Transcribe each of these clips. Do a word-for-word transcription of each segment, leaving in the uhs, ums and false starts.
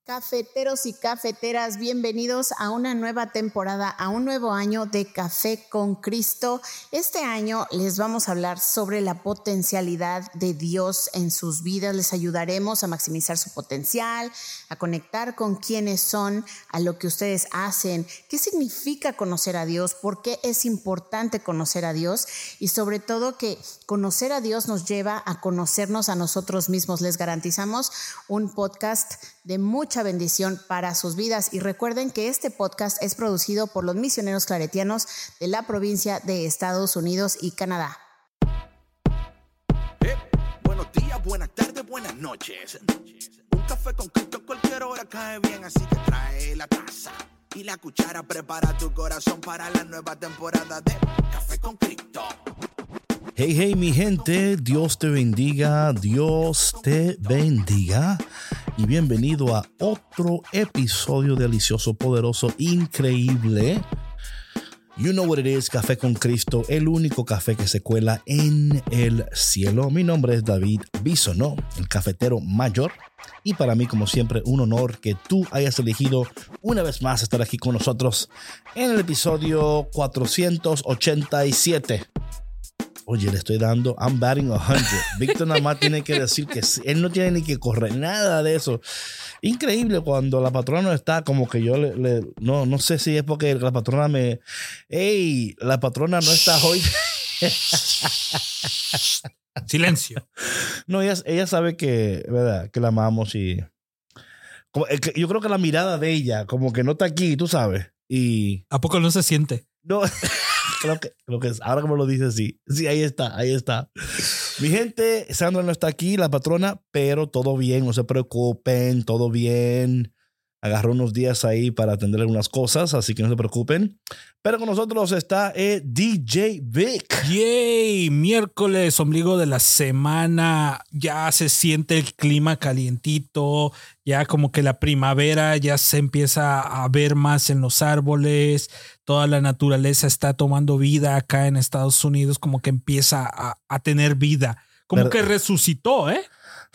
Cafeteros y cafeteras, bienvenidos a una nueva temporada, a un nuevo año de Café con Cristo. Este año les vamos a hablar sobre la potencialidad de Dios en sus vidas. Les ayudaremos a maximizar su potencial, a conectar con quienes son, a lo que ustedes hacen, qué significa conocer a Dios, por qué es importante conocer a Dios y sobre todo que conocer a Dios nos lleva a conocernos a nosotros mismos. Les garantizamos un podcast de mucha bendición para sus vidas. Y recuerden que este podcast es producido por los misioneros claretianos de la provincia de Estados Unidos y Canadá. Eh, buenos días, buenas tardes, buenas noches. Un café con Cristo a cualquier hora cae bien, así que trae la taza y la cuchara. Prepara tu corazón para la nueva temporada de Café con Cristo. Hey, hey, mi gente, Dios te bendiga, Dios te bendiga y bienvenido a otro episodio delicioso, poderoso, increíble. You know what it is, Café con Cristo, el único café que se cuela en el cielo. Mi nombre es David Bisonó, el cafetero mayor. Y para mí, como siempre, un honor que tú hayas elegido una vez más estar aquí con nosotros en el episodio cuatrocientos ochenta y siete. Oye, le estoy dando, I'm batting one hundred. Víctor nada más tiene que decir que él no tiene ni que correr, nada de eso. Increíble cuando la patrona no está, como que yo le, le no, no sé si es porque la patrona me, hey, la patrona no está hoy. Silencio. No, ella, ella sabe que, ¿verdad? Que la amamos y como, yo creo que la mirada de ella, como que no está aquí, tú sabes. Y ¿a poco no se siente? No. Creo que, creo que es, ahora que me lo dices, sí. Sí, ahí está, ahí está. Mi gente, Sandra no está aquí, la patrona, pero todo bien, no se preocupen, todo bien. Agarró unos días ahí para atender algunas cosas, así que no se preocupen. Pero con nosotros está eh, D J Vic. ¡Yay! Miércoles, ombligo de la semana. Ya se siente el clima calientito. Ya como que la primavera ya se empieza a ver más en los árboles. Toda la naturaleza está tomando vida acá en Estados Unidos. Como que empieza a, a tener vida. Como Pero, que resucitó, ¿eh?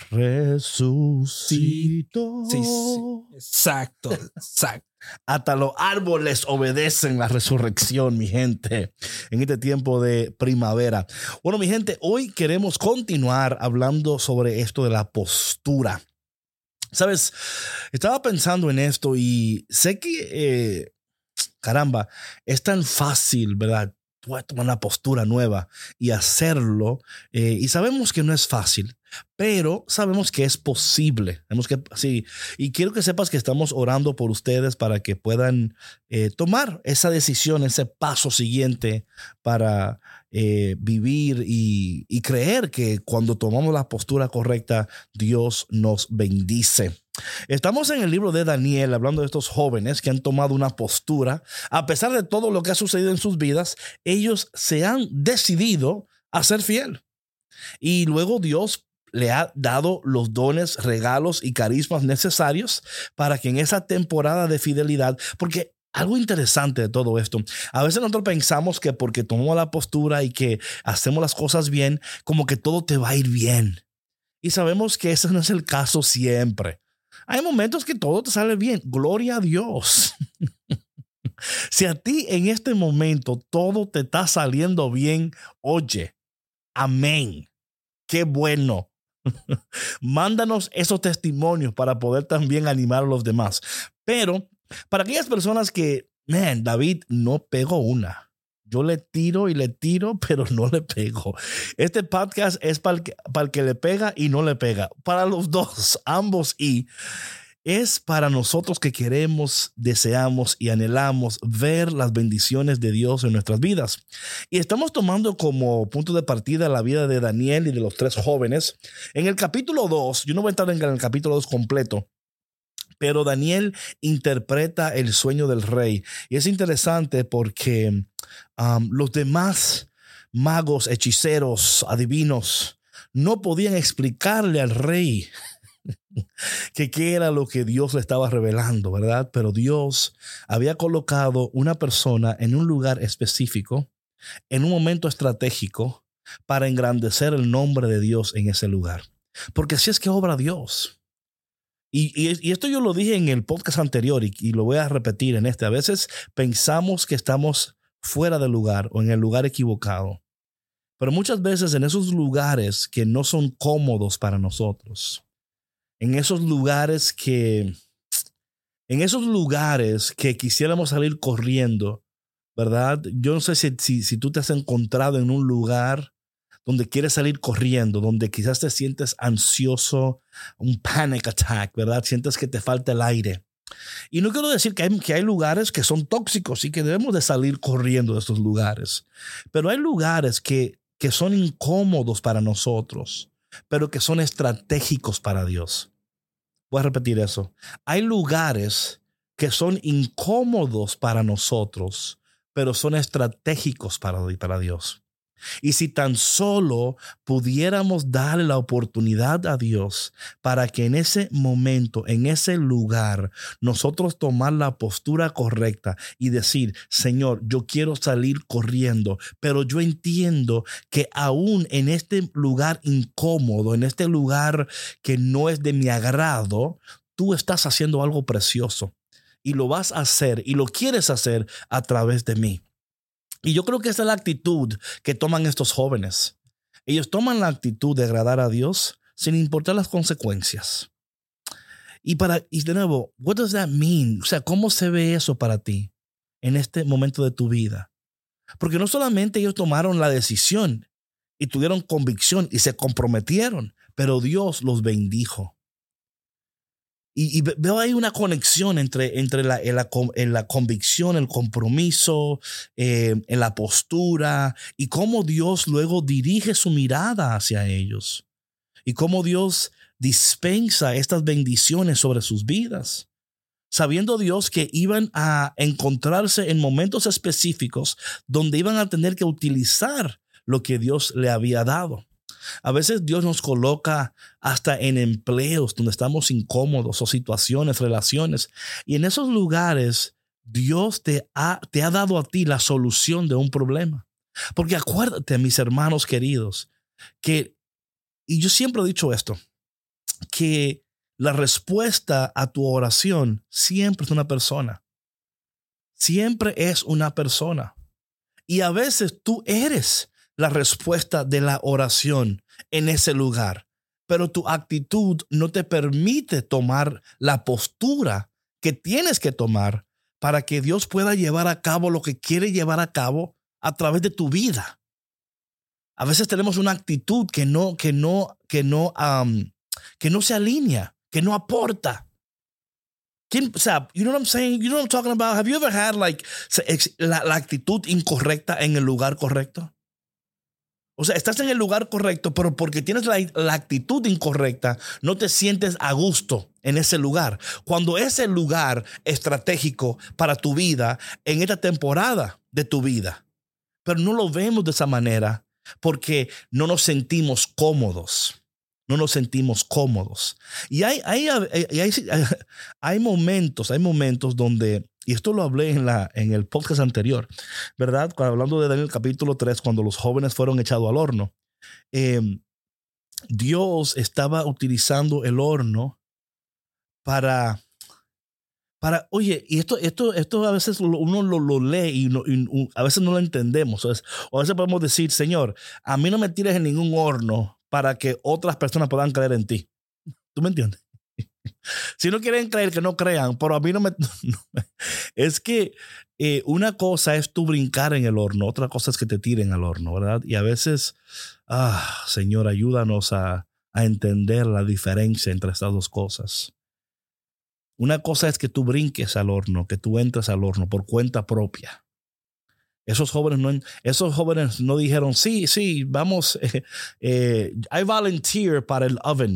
Resucitó. Sí, sí, exacto, exacto. Hasta los árboles obedecen la resurrección, mi gente, en este tiempo de primavera. Bueno, mi gente, hoy queremos continuar hablando sobre esto de la postura. Sabes, estaba pensando en esto y sé que, eh, caramba, es tan fácil, ¿verdad? Puedes tomar una postura nueva y hacerlo. Eh, y sabemos que no es fácil, pero sabemos que es posible. Sabemos que, sí, y quiero que sepas que estamos orando por ustedes para que puedan eh, tomar esa decisión, ese paso siguiente para eh, vivir y, y creer que cuando tomamos la postura correcta, Dios nos bendice. Estamos en el libro de Daniel hablando de estos jóvenes que han tomado una postura. A pesar de todo lo que ha sucedido en sus vidas, ellos se han decidido a ser fiel. Y luego Dios le ha dado los dones, regalos y carismas necesarios para que en esa temporada de fidelidad, porque algo interesante de todo esto, a veces nosotros pensamos que porque tomamos la postura y que hacemos las cosas bien, como que todo te va a ir bien. Y sabemos que ese no es el caso siempre. Hay momentos que todo te sale bien. Gloria a Dios. Si a ti en este momento todo te está saliendo bien, oye, amén. Qué bueno. Mándanos esos testimonios para poder también animar a los demás. Pero para aquellas personas que, man, David no pegó una. Yo le tiro y le tiro, pero no le pego. Este podcast es para el que, para el que le pega y no le pega. Para los dos, ambos. Y es para nosotros que queremos, deseamos y anhelamos ver las bendiciones de Dios en nuestras vidas. Y estamos tomando como punto de partida la vida de Daniel y de los tres jóvenes. En el capítulo dos, yo no voy a entrar en el capítulo dos completo, pero Daniel interpreta el sueño del rey. Y es interesante porque um, los demás magos, hechiceros, adivinos, no podían explicarle al rey que qué era lo que Dios le estaba revelando, ¿verdad? Pero Dios había colocado una persona en un lugar específico, en un momento estratégico, para engrandecer el nombre de Dios en ese lugar. Porque así es que obra Dios. Y, y, y esto yo lo dije en el podcast anterior y, y lo voy a repetir en este. A veces pensamos que estamos fuera del lugar o en el lugar equivocado. Pero muchas veces en esos lugares que no son cómodos para nosotros, en esos lugares que, en esos lugares que quisiéramos salir corriendo, ¿verdad? Yo no sé si, si, si tú te has encontrado en un lugar donde quieres salir corriendo, donde quizás te sientes ansioso, un panic attack, ¿verdad? Sientes que te falta el aire. Y no quiero decir que hay, que hay lugares que son tóxicos y que debemos de salir corriendo de estos lugares. Pero hay lugares que, que son incómodos para nosotros, pero que son estratégicos para Dios. Voy a repetir eso. Hay lugares que son incómodos para nosotros, pero son estratégicos para, para Dios. Y si tan solo pudiéramos darle la oportunidad a Dios para que en ese momento, en ese lugar, nosotros tomar la postura correcta y decir, Señor, yo quiero salir corriendo, pero yo entiendo que aún en este lugar incómodo, en este lugar que no es de mi agrado, tú estás haciendo algo precioso y lo vas a hacer y lo quieres hacer a través de mí. Y yo creo que esa es la actitud que toman estos jóvenes. Ellos toman la actitud de agradar a Dios sin importar las consecuencias. Y, para, y de nuevo, what does that mean? O sea, ¿cómo se ve eso para ti en este momento de tu vida? Porque no solamente ellos tomaron la decisión y tuvieron convicción y se comprometieron, pero Dios los bendijo. Y, y veo ahí una conexión entre, entre la, en la, en la convicción, el compromiso, eh, en la postura y cómo Dios luego dirige su mirada hacia ellos y cómo Dios dispensa estas bendiciones sobre sus vidas, sabiendo Dios que iban a encontrarse en momentos específicos donde iban a tener que utilizar lo que Dios le había dado. A veces Dios nos coloca hasta en empleos donde estamos incómodos o situaciones, relaciones. Y en esos lugares Dios te ha, te ha dado a ti la solución de un problema. Porque acuérdate, mis hermanos queridos, que, y yo siempre he dicho esto, que la respuesta a tu oración siempre es una persona. Siempre es una persona. Y a veces tú eres la respuesta de la oración en ese lugar, pero tu actitud no te permite tomar la postura que tienes que tomar para que Dios pueda llevar a cabo lo que quiere llevar a cabo a través de tu vida. A veces tenemos una actitud que no, que no, que no, um, que no se alinea, que no aporta. ¿Quién, o sea, you know what I'm saying? You know what I'm talking about? Have you ever had like la, la actitud incorrecta en el lugar correcto? O sea, estás en el lugar correcto, pero porque tienes la, la actitud incorrecta, no te sientes a gusto en ese lugar. Cuando es el lugar estratégico para tu vida en esta temporada de tu vida. Pero no lo vemos de esa manera porque no nos sentimos cómodos. No nos sentimos cómodos. Y hay, hay, hay, hay, hay momentos, hay momentos donde, y esto lo hablé en, la, en el podcast anterior, ¿verdad? Cuando, hablando de Daniel capítulo tres, cuando los jóvenes fueron echados al horno, eh, Dios estaba utilizando el horno para, para oye, y esto, esto, esto a veces uno lo, lo lee y, no, y a veces no lo entendemos. O, es, o a veces podemos decir, Señor, a mí no me tires en ningún horno para que otras personas puedan creer en ti. ¿Tú me entiendes? Si no quieren creer, que no crean, pero a mí no me... No, es que eh, una cosa es tú brincar en el horno, otra cosa es que te tiren al horno, ¿verdad? Y a veces, ah, Señor, ayúdanos a, a entender la diferencia entre estas dos cosas. Una cosa es que tú brinques al horno, que tú entres al horno por cuenta propia. Esos jóvenes no, esos jóvenes no dijeron, sí, sí, vamos, eh, eh, I volunteer para el oven.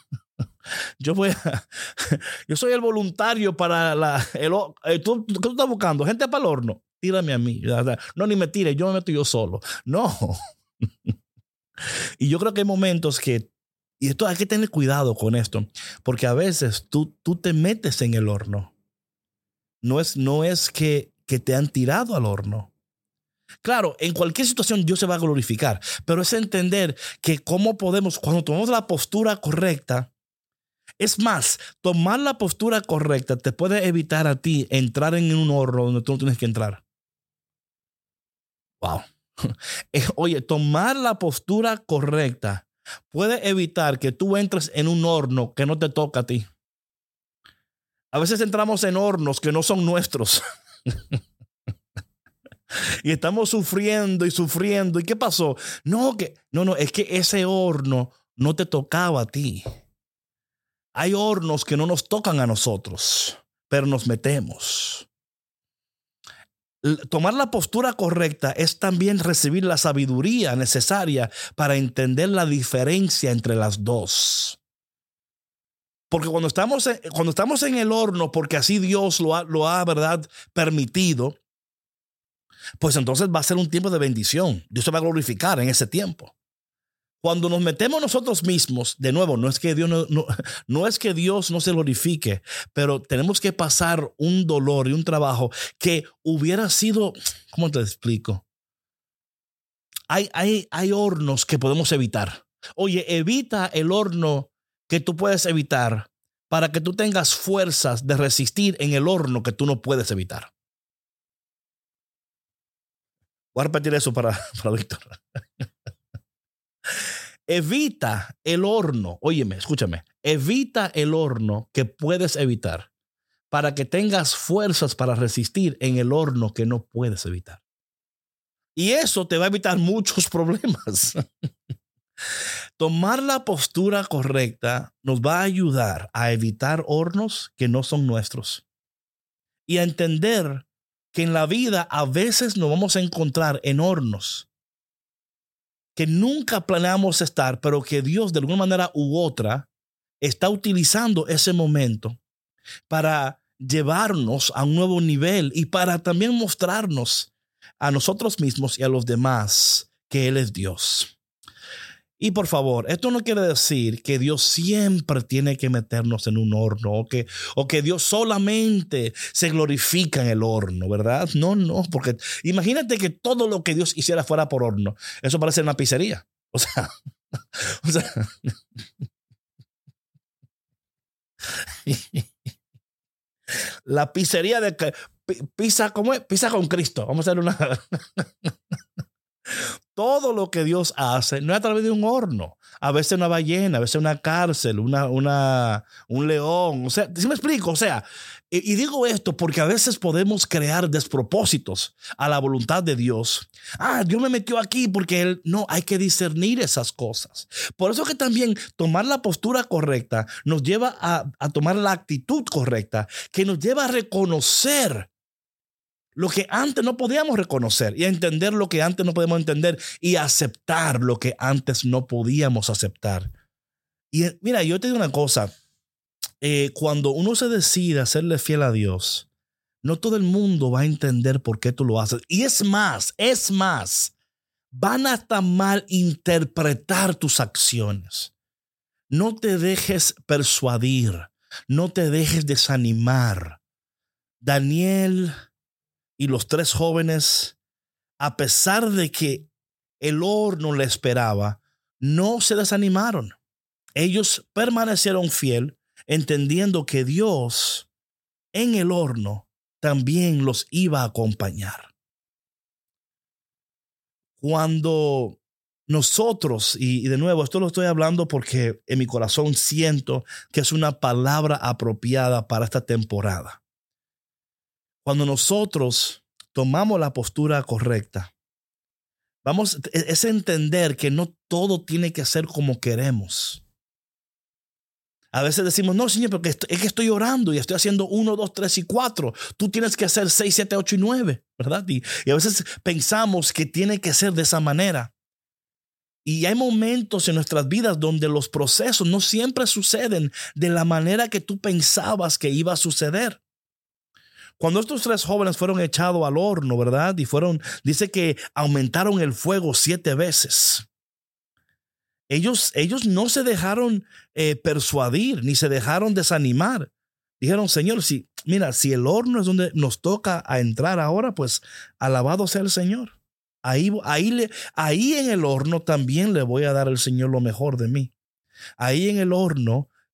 Yo voy a, yo soy el voluntario para la, el, eh, ¿tú, ¿qué tú estás buscando? Gente para el horno. Tírame a mí. No, ni me tires, yo me meto yo solo. No. Y yo creo que hay momentos que, y esto hay que tener cuidado con esto, porque a veces tú, tú te metes en el horno. No es, no es que, que te han tirado al horno. Claro, en cualquier situación Dios se va a glorificar, pero es entender que cómo podemos, cuando tomamos la postura correcta, Es más, tomar la postura correcta te puede evitar a ti entrar en un horno donde tú no tienes que entrar. Wow. Oye, tomar la postura correcta puede evitar que tú entres en un horno que no te toca a ti. A veces entramos en hornos que no son nuestros. Y estamos sufriendo y sufriendo. ¿Y qué pasó? No, que, no, no, es que ese horno no te tocaba a ti. Hay hornos que no nos tocan a nosotros, pero nos metemos. Tomar la postura correcta es también recibir la sabiduría necesaria para entender la diferencia entre las dos. Porque cuando estamos en, cuando estamos en el horno, porque así Dios lo ha, lo ha, ¿verdad?, permitido, pues entonces va a ser un tiempo de bendición. Dios se va a glorificar en ese tiempo. Cuando nos metemos nosotros mismos, de nuevo, no es que Dios no, no, no es que Dios no se glorifique, pero tenemos que pasar un dolor y un trabajo que hubiera sido, ¿cómo te explico? Hay, hay, hay hornos que podemos evitar. Oye, evita el horno que tú puedes evitar para que tú tengas fuerzas de resistir en el horno que tú no puedes evitar. Voy a repetir eso para, para Víctor. Evita el horno, óyeme, escúchame, evita el horno que puedes evitar para que tengas fuerzas para resistir en el horno que no puedes evitar. Y eso te va a evitar muchos problemas. Tomar la postura correcta nos va a ayudar a evitar hornos que no son nuestros y a entender que en la vida a veces nos vamos a encontrar en hornos que nunca planeamos estar, pero que Dios de alguna manera u otra está utilizando ese momento para llevarnos a un nuevo nivel y para también mostrarnos a nosotros mismos y a los demás que Él es Dios. Y por favor, esto no quiere decir que Dios siempre tiene que meternos en un horno o que, o que Dios solamente se glorifica en el horno, ¿verdad? No, no, porque imagínate que todo lo que Dios hiciera fuera por horno. Eso parece una pizzería. O sea, o sea la pizzería de pizza, ¿cómo es? Pizza con Cristo. Vamos a hacer una... Todo lo que Dios hace no es a través de un horno. A veces una ballena, a veces una cárcel, una, una, un león. O sea, ¿sí me explico? O sea, y, y digo esto porque a veces podemos crear despropósitos a la voluntad de Dios. Ah, Dios me metió aquí porque Él... No, hay que discernir esas cosas. Por eso que también tomar la postura correcta nos lleva a, a tomar la actitud correcta, que nos lleva a reconocer lo que antes no podíamos reconocer y a entender lo que antes no podíamos entender y aceptar lo que antes no podíamos aceptar. Y mira, yo te digo una cosa, eh, cuando uno se decide a serle fiel a Dios, no todo el mundo va a entender por qué tú lo haces. Y es más, es más, van a hasta mal interpretar tus acciones. No te dejes persuadir, no te dejes desanimar. Daniel y los tres jóvenes, a pesar de que el horno le esperaba, no se desanimaron. Ellos permanecieron fiel, entendiendo que Dios en el horno también los iba a acompañar. Cuando nosotros, y, y de nuevo, esto lo estoy hablando porque en mi corazón siento que es una palabra apropiada para esta temporada. Cuando nosotros tomamos la postura correcta, vamos, es entender que no todo tiene que ser como queremos. A veces decimos, no, Señor, porque es que estoy orando y estoy haciendo uno, dos, tres y cuatro. Tú tienes que hacer seis, siete, ocho y nueve, ¿verdad? Y, y a veces pensamos que tiene que ser de esa manera. Y hay momentos en nuestras vidas donde los procesos no siempre suceden de la manera que tú pensabas que iba a suceder. Cuando estos tres jóvenes fueron echados al horno, ¿verdad? Y fueron, dice que aumentaron el fuego siete veces. Ellos, ellos no se dejaron eh, persuadir, ni se dejaron desanimar. Dijeron, Señor, si, mira, si el horno es donde nos toca a entrar ahora, pues alabado sea el Señor. Ahí, ahí, le, ahí en el horno también le voy a dar al Señor lo mejor de mí. Ahí en el horno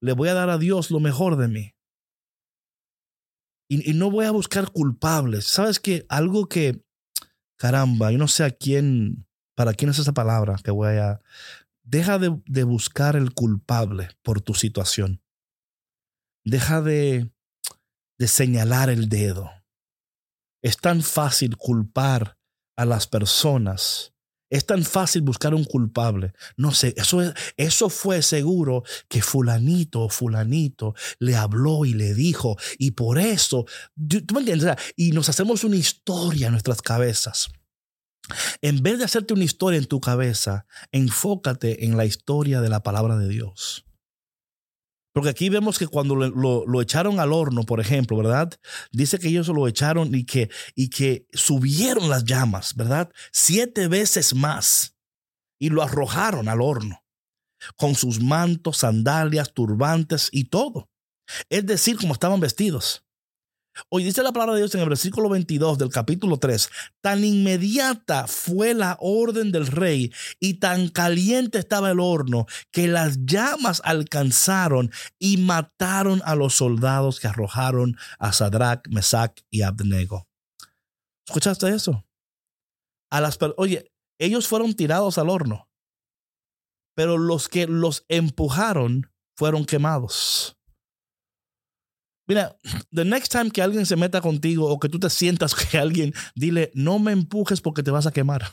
le voy a dar a Dios lo mejor de mí. Y, y no voy a buscar culpables. ¿Sabes qué? Algo que, caramba, yo no sé a quién, para quién es esa palabra que voy a... Deja de, de buscar el culpable por tu situación. Deja de, de señalar el dedo. Es tan fácil culpar a las personas. Es tan fácil buscar un culpable. No sé, eso, es, eso fue seguro que fulanito o fulanito le habló y le dijo. Y por eso, ¿tú me entiendes? Y nos hacemos una historia en nuestras cabezas. En vez de hacerte una historia en tu cabeza, enfócate en la historia de la palabra de Dios. Porque aquí vemos que cuando lo, lo, lo echaron al horno, por ejemplo, ¿verdad? Dice que ellos lo echaron y que, y que subieron las llamas, ¿verdad? Siete veces más. Y lo arrojaron al horno. Con sus mantos, sandalias, turbantes y todo. Es decir, como estaban vestidos. Hoy dice la palabra de Dios en el versículo veintidós del capítulo tres. Tan inmediata fue la orden del rey y tan caliente estaba el horno que las llamas alcanzaron y mataron a los soldados que arrojaron a Sadrach, Mesach y Abednego. ¿Escuchaste eso? A las, oye, ellos fueron tirados al horno, pero los que los empujaron fueron quemados. Mira, the next time que alguien se meta contigo o que tú te sientas que alguien, dile, no me empujes porque te vas a quemar.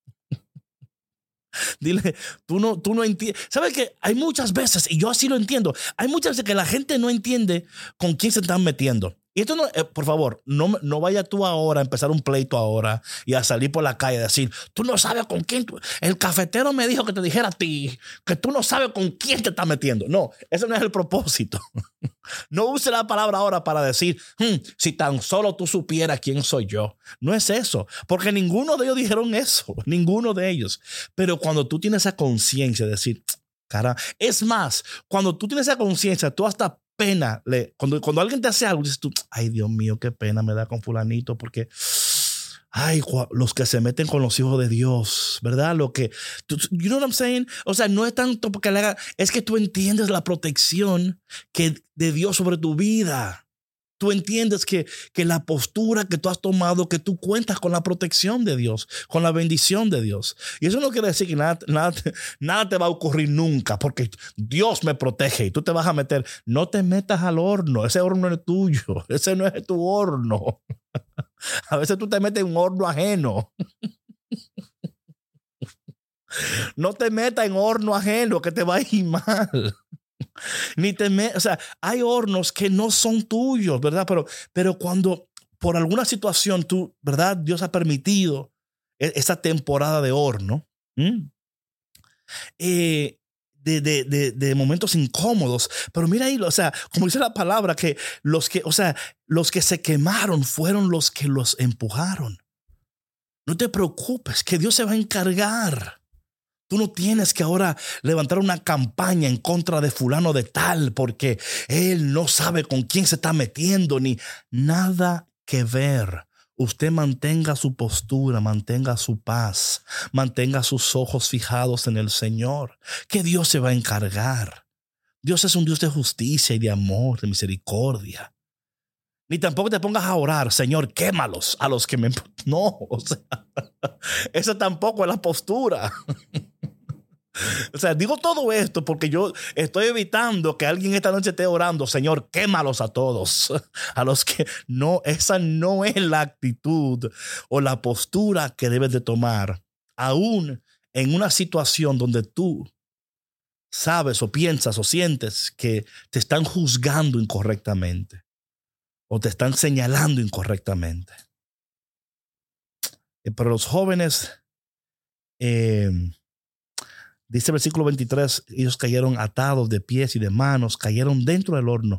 Dile, tú no, tú no entiendes. ¿Sabes qué? Hay muchas veces, y yo así lo entiendo, hay muchas veces que la gente no entiende con quién se están metiendo. Y esto no, eh, por favor, no, no vaya tú ahora a empezar un pleito ahora y a salir por la calle y decir, tú no sabes con quién, tú, el cafetero me dijo que te dijera a ti, que tú no sabes con quién te estás metiendo. No, ese no es el propósito. No use la palabra ahora para decir, hmm, si tan solo tú supieras quién soy yo. No es eso, porque ninguno de ellos dijeron eso, ninguno de ellos. Pero cuando tú tienes esa conciencia de decir, cara, es más, cuando tú tienes esa conciencia, tú hasta pena, le, cuando, cuando alguien te hace algo, dices tú, ay Dios mío, qué pena me da con fulanito, porque ay, los que se meten con los hijos de Dios, ¿verdad? Lo que, you know what I'm saying? O sea, no es tanto porque le haga, es que tú entiendes la protección que, de Dios sobre tu vida. Tú entiendes que, que la postura que tú has tomado, que tú cuentas con la protección de Dios, con la bendición de Dios. Y eso no quiere decir que nada, nada, nada te va a ocurrir nunca, porque Dios me protege y tú te vas a meter. No te metas al horno, ese horno es tuyo, ese no es tu horno. A veces tú te metes en un horno ajeno. No te metas en horno ajeno que te va a ir mal. Ni te me, o sea, hay hornos que no son tuyos, ¿verdad? Pero, pero cuando por alguna situación tú, ¿verdad? Dios ha permitido esa temporada de horno, ¿Mm? eh, de, de, de, de momentos incómodos. Pero mira ahí, o sea, como dice la palabra, que los que, o sea, los que se quemaron fueron los que los empujaron. No te preocupes, que Dios se va a encargar. Tú no tienes que ahora levantar una campaña en contra de fulano de tal porque él no sabe con quién se está metiendo ni nada que ver. Usted mantenga su postura, mantenga su paz, mantenga sus ojos fijados en el Señor, que Dios se va a encargar. Dios es un Dios de justicia y de amor, de misericordia. Ni tampoco te pongas a orar, Señor, quémalos a los que me... No, o sea, esa tampoco es la postura. O sea, digo todo esto porque yo estoy evitando que alguien esta noche esté orando, Señor, quémalos a todos. A los que no, esa no es la actitud o la postura que debes de tomar, aún en una situación donde tú sabes o piensas o sientes que te están juzgando incorrectamente o te están señalando incorrectamente. Pero los jóvenes, eh, dice el versículo veintitrés, ellos cayeron atados de pies y de manos, cayeron dentro del horno.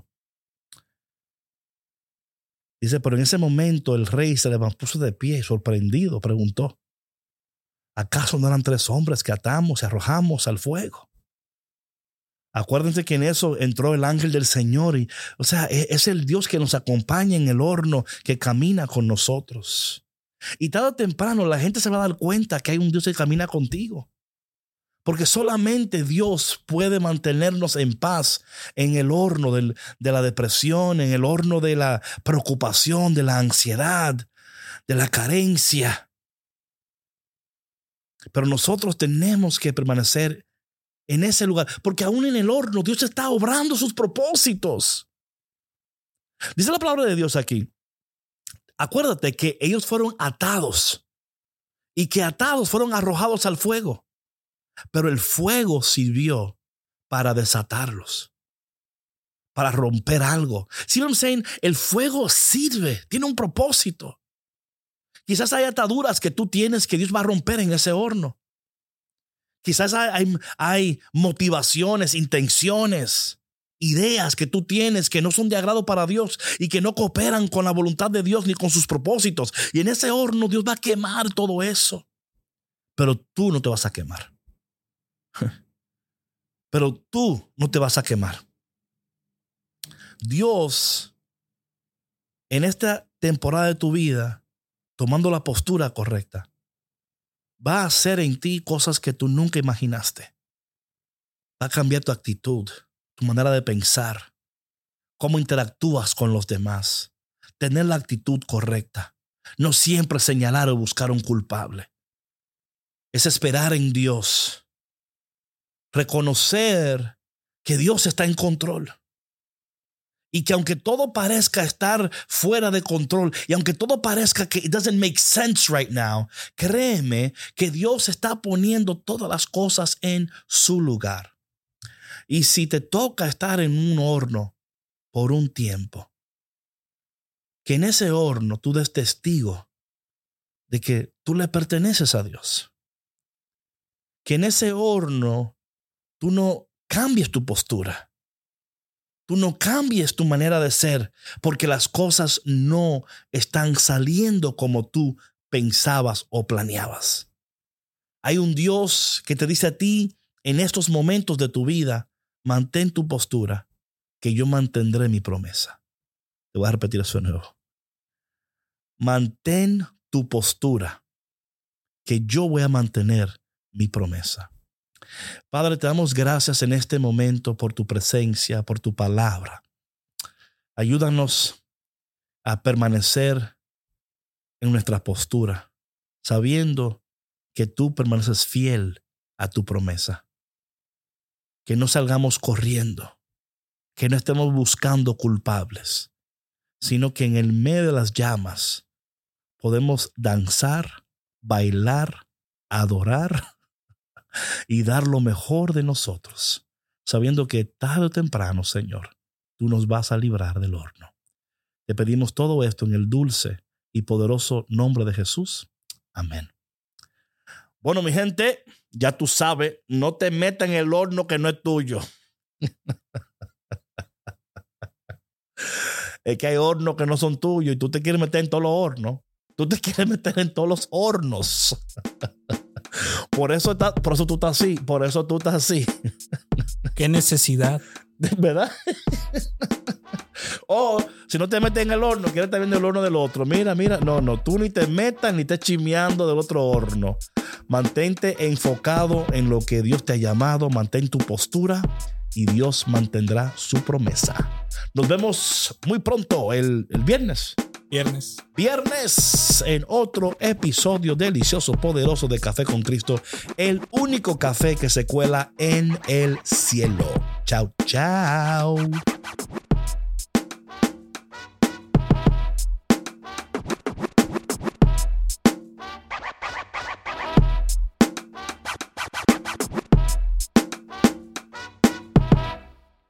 Dice, pero en ese momento el rey se levantó de pie, sorprendido, preguntó, ¿acaso no eran tres hombres que atamos y arrojamos al fuego? Acuérdense que en eso entró el ángel del Señor y, o sea, es el Dios que nos acompaña en el horno, que camina con nosotros. Y tarde o temprano la gente se va a dar cuenta que hay un Dios que camina contigo. Porque solamente Dios puede mantenernos en paz en el horno del, de la depresión, en el horno de la preocupación, de la ansiedad, de la carencia. Pero nosotros tenemos que permanecer en ese lugar, porque aún en el horno Dios está obrando sus propósitos. Dice la palabra de Dios aquí. Acuérdate que ellos fueron atados y que atados fueron arrojados al fuego. Pero el fuego sirvió para desatarlos, para romper algo. See what I'm saying? El fuego sirve, tiene un propósito. Quizás hay ataduras que tú tienes que Dios va a romper en ese horno. Quizás hay, hay, hay motivaciones, intenciones, ideas que tú tienes que no son de agrado para Dios y que no cooperan con la voluntad de Dios ni con sus propósitos. Y en ese horno Dios va a quemar todo eso. Pero tú no te vas a quemar. Pero tú no te vas a quemar. Dios, en esta temporada de tu vida, tomando la postura correcta, va a hacer en ti cosas que tú nunca imaginaste. Va a cambiar tu actitud, tu manera de pensar, cómo interactúas con los demás, tener la actitud correcta, no siempre señalar o buscar un culpable. Es esperar en Dios. Reconocer que Dios está en control y que aunque todo parezca estar fuera de control y aunque todo parezca que it doesn't make sense right now, créeme que Dios está poniendo todas las cosas en su lugar. Y si te toca estar en un horno por un tiempo, que en ese horno tú des testigo de que tú le perteneces a Dios. Que en ese horno tú no cambies tu postura. Tú no cambies tu manera de ser porque las cosas no están saliendo como tú pensabas o planeabas. Hay un Dios que te dice a ti en estos momentos de tu vida, mantén tu postura, que yo mantendré mi promesa. Te voy a repetir eso de nuevo. Mantén tu postura, que yo voy a mantener mi promesa. Padre, te damos gracias en este momento por tu presencia, por tu palabra. Ayúdanos a permanecer en nuestra postura, sabiendo que tú permaneces fiel a tu promesa. Que no salgamos corriendo, que no estemos buscando culpables, sino que en el medio de las llamas podemos danzar, bailar, adorar y dar lo mejor de nosotros, sabiendo que tarde o temprano, Señor, tú nos vas a librar del horno. Te pedimos todo esto en el dulce y poderoso nombre de Jesús. Amén. Bueno, mi gente, ya tú sabes, no te metas en el horno que no es tuyo. Es que hay hornos que no son tuyos y tú te quieres meter en todos los hornos. Tú te quieres meter en todos los hornos. Por eso, está, por eso tú estás así. Por eso tú estás así. ¿Qué necesidad? ¿Verdad? O si no te metes en el horno, quieres estar viendo el horno del otro. Mira, mira. No, no. Tú ni te metas ni estés chismeando del otro horno. Mantente enfocado en lo que Dios te ha llamado. Mantén tu postura y Dios mantendrá su promesa. Nos vemos muy pronto el, el viernes. Viernes. Viernes en otro episodio delicioso, poderoso de Café con Cristo. El único café que se cuela en el cielo. Chao, chao.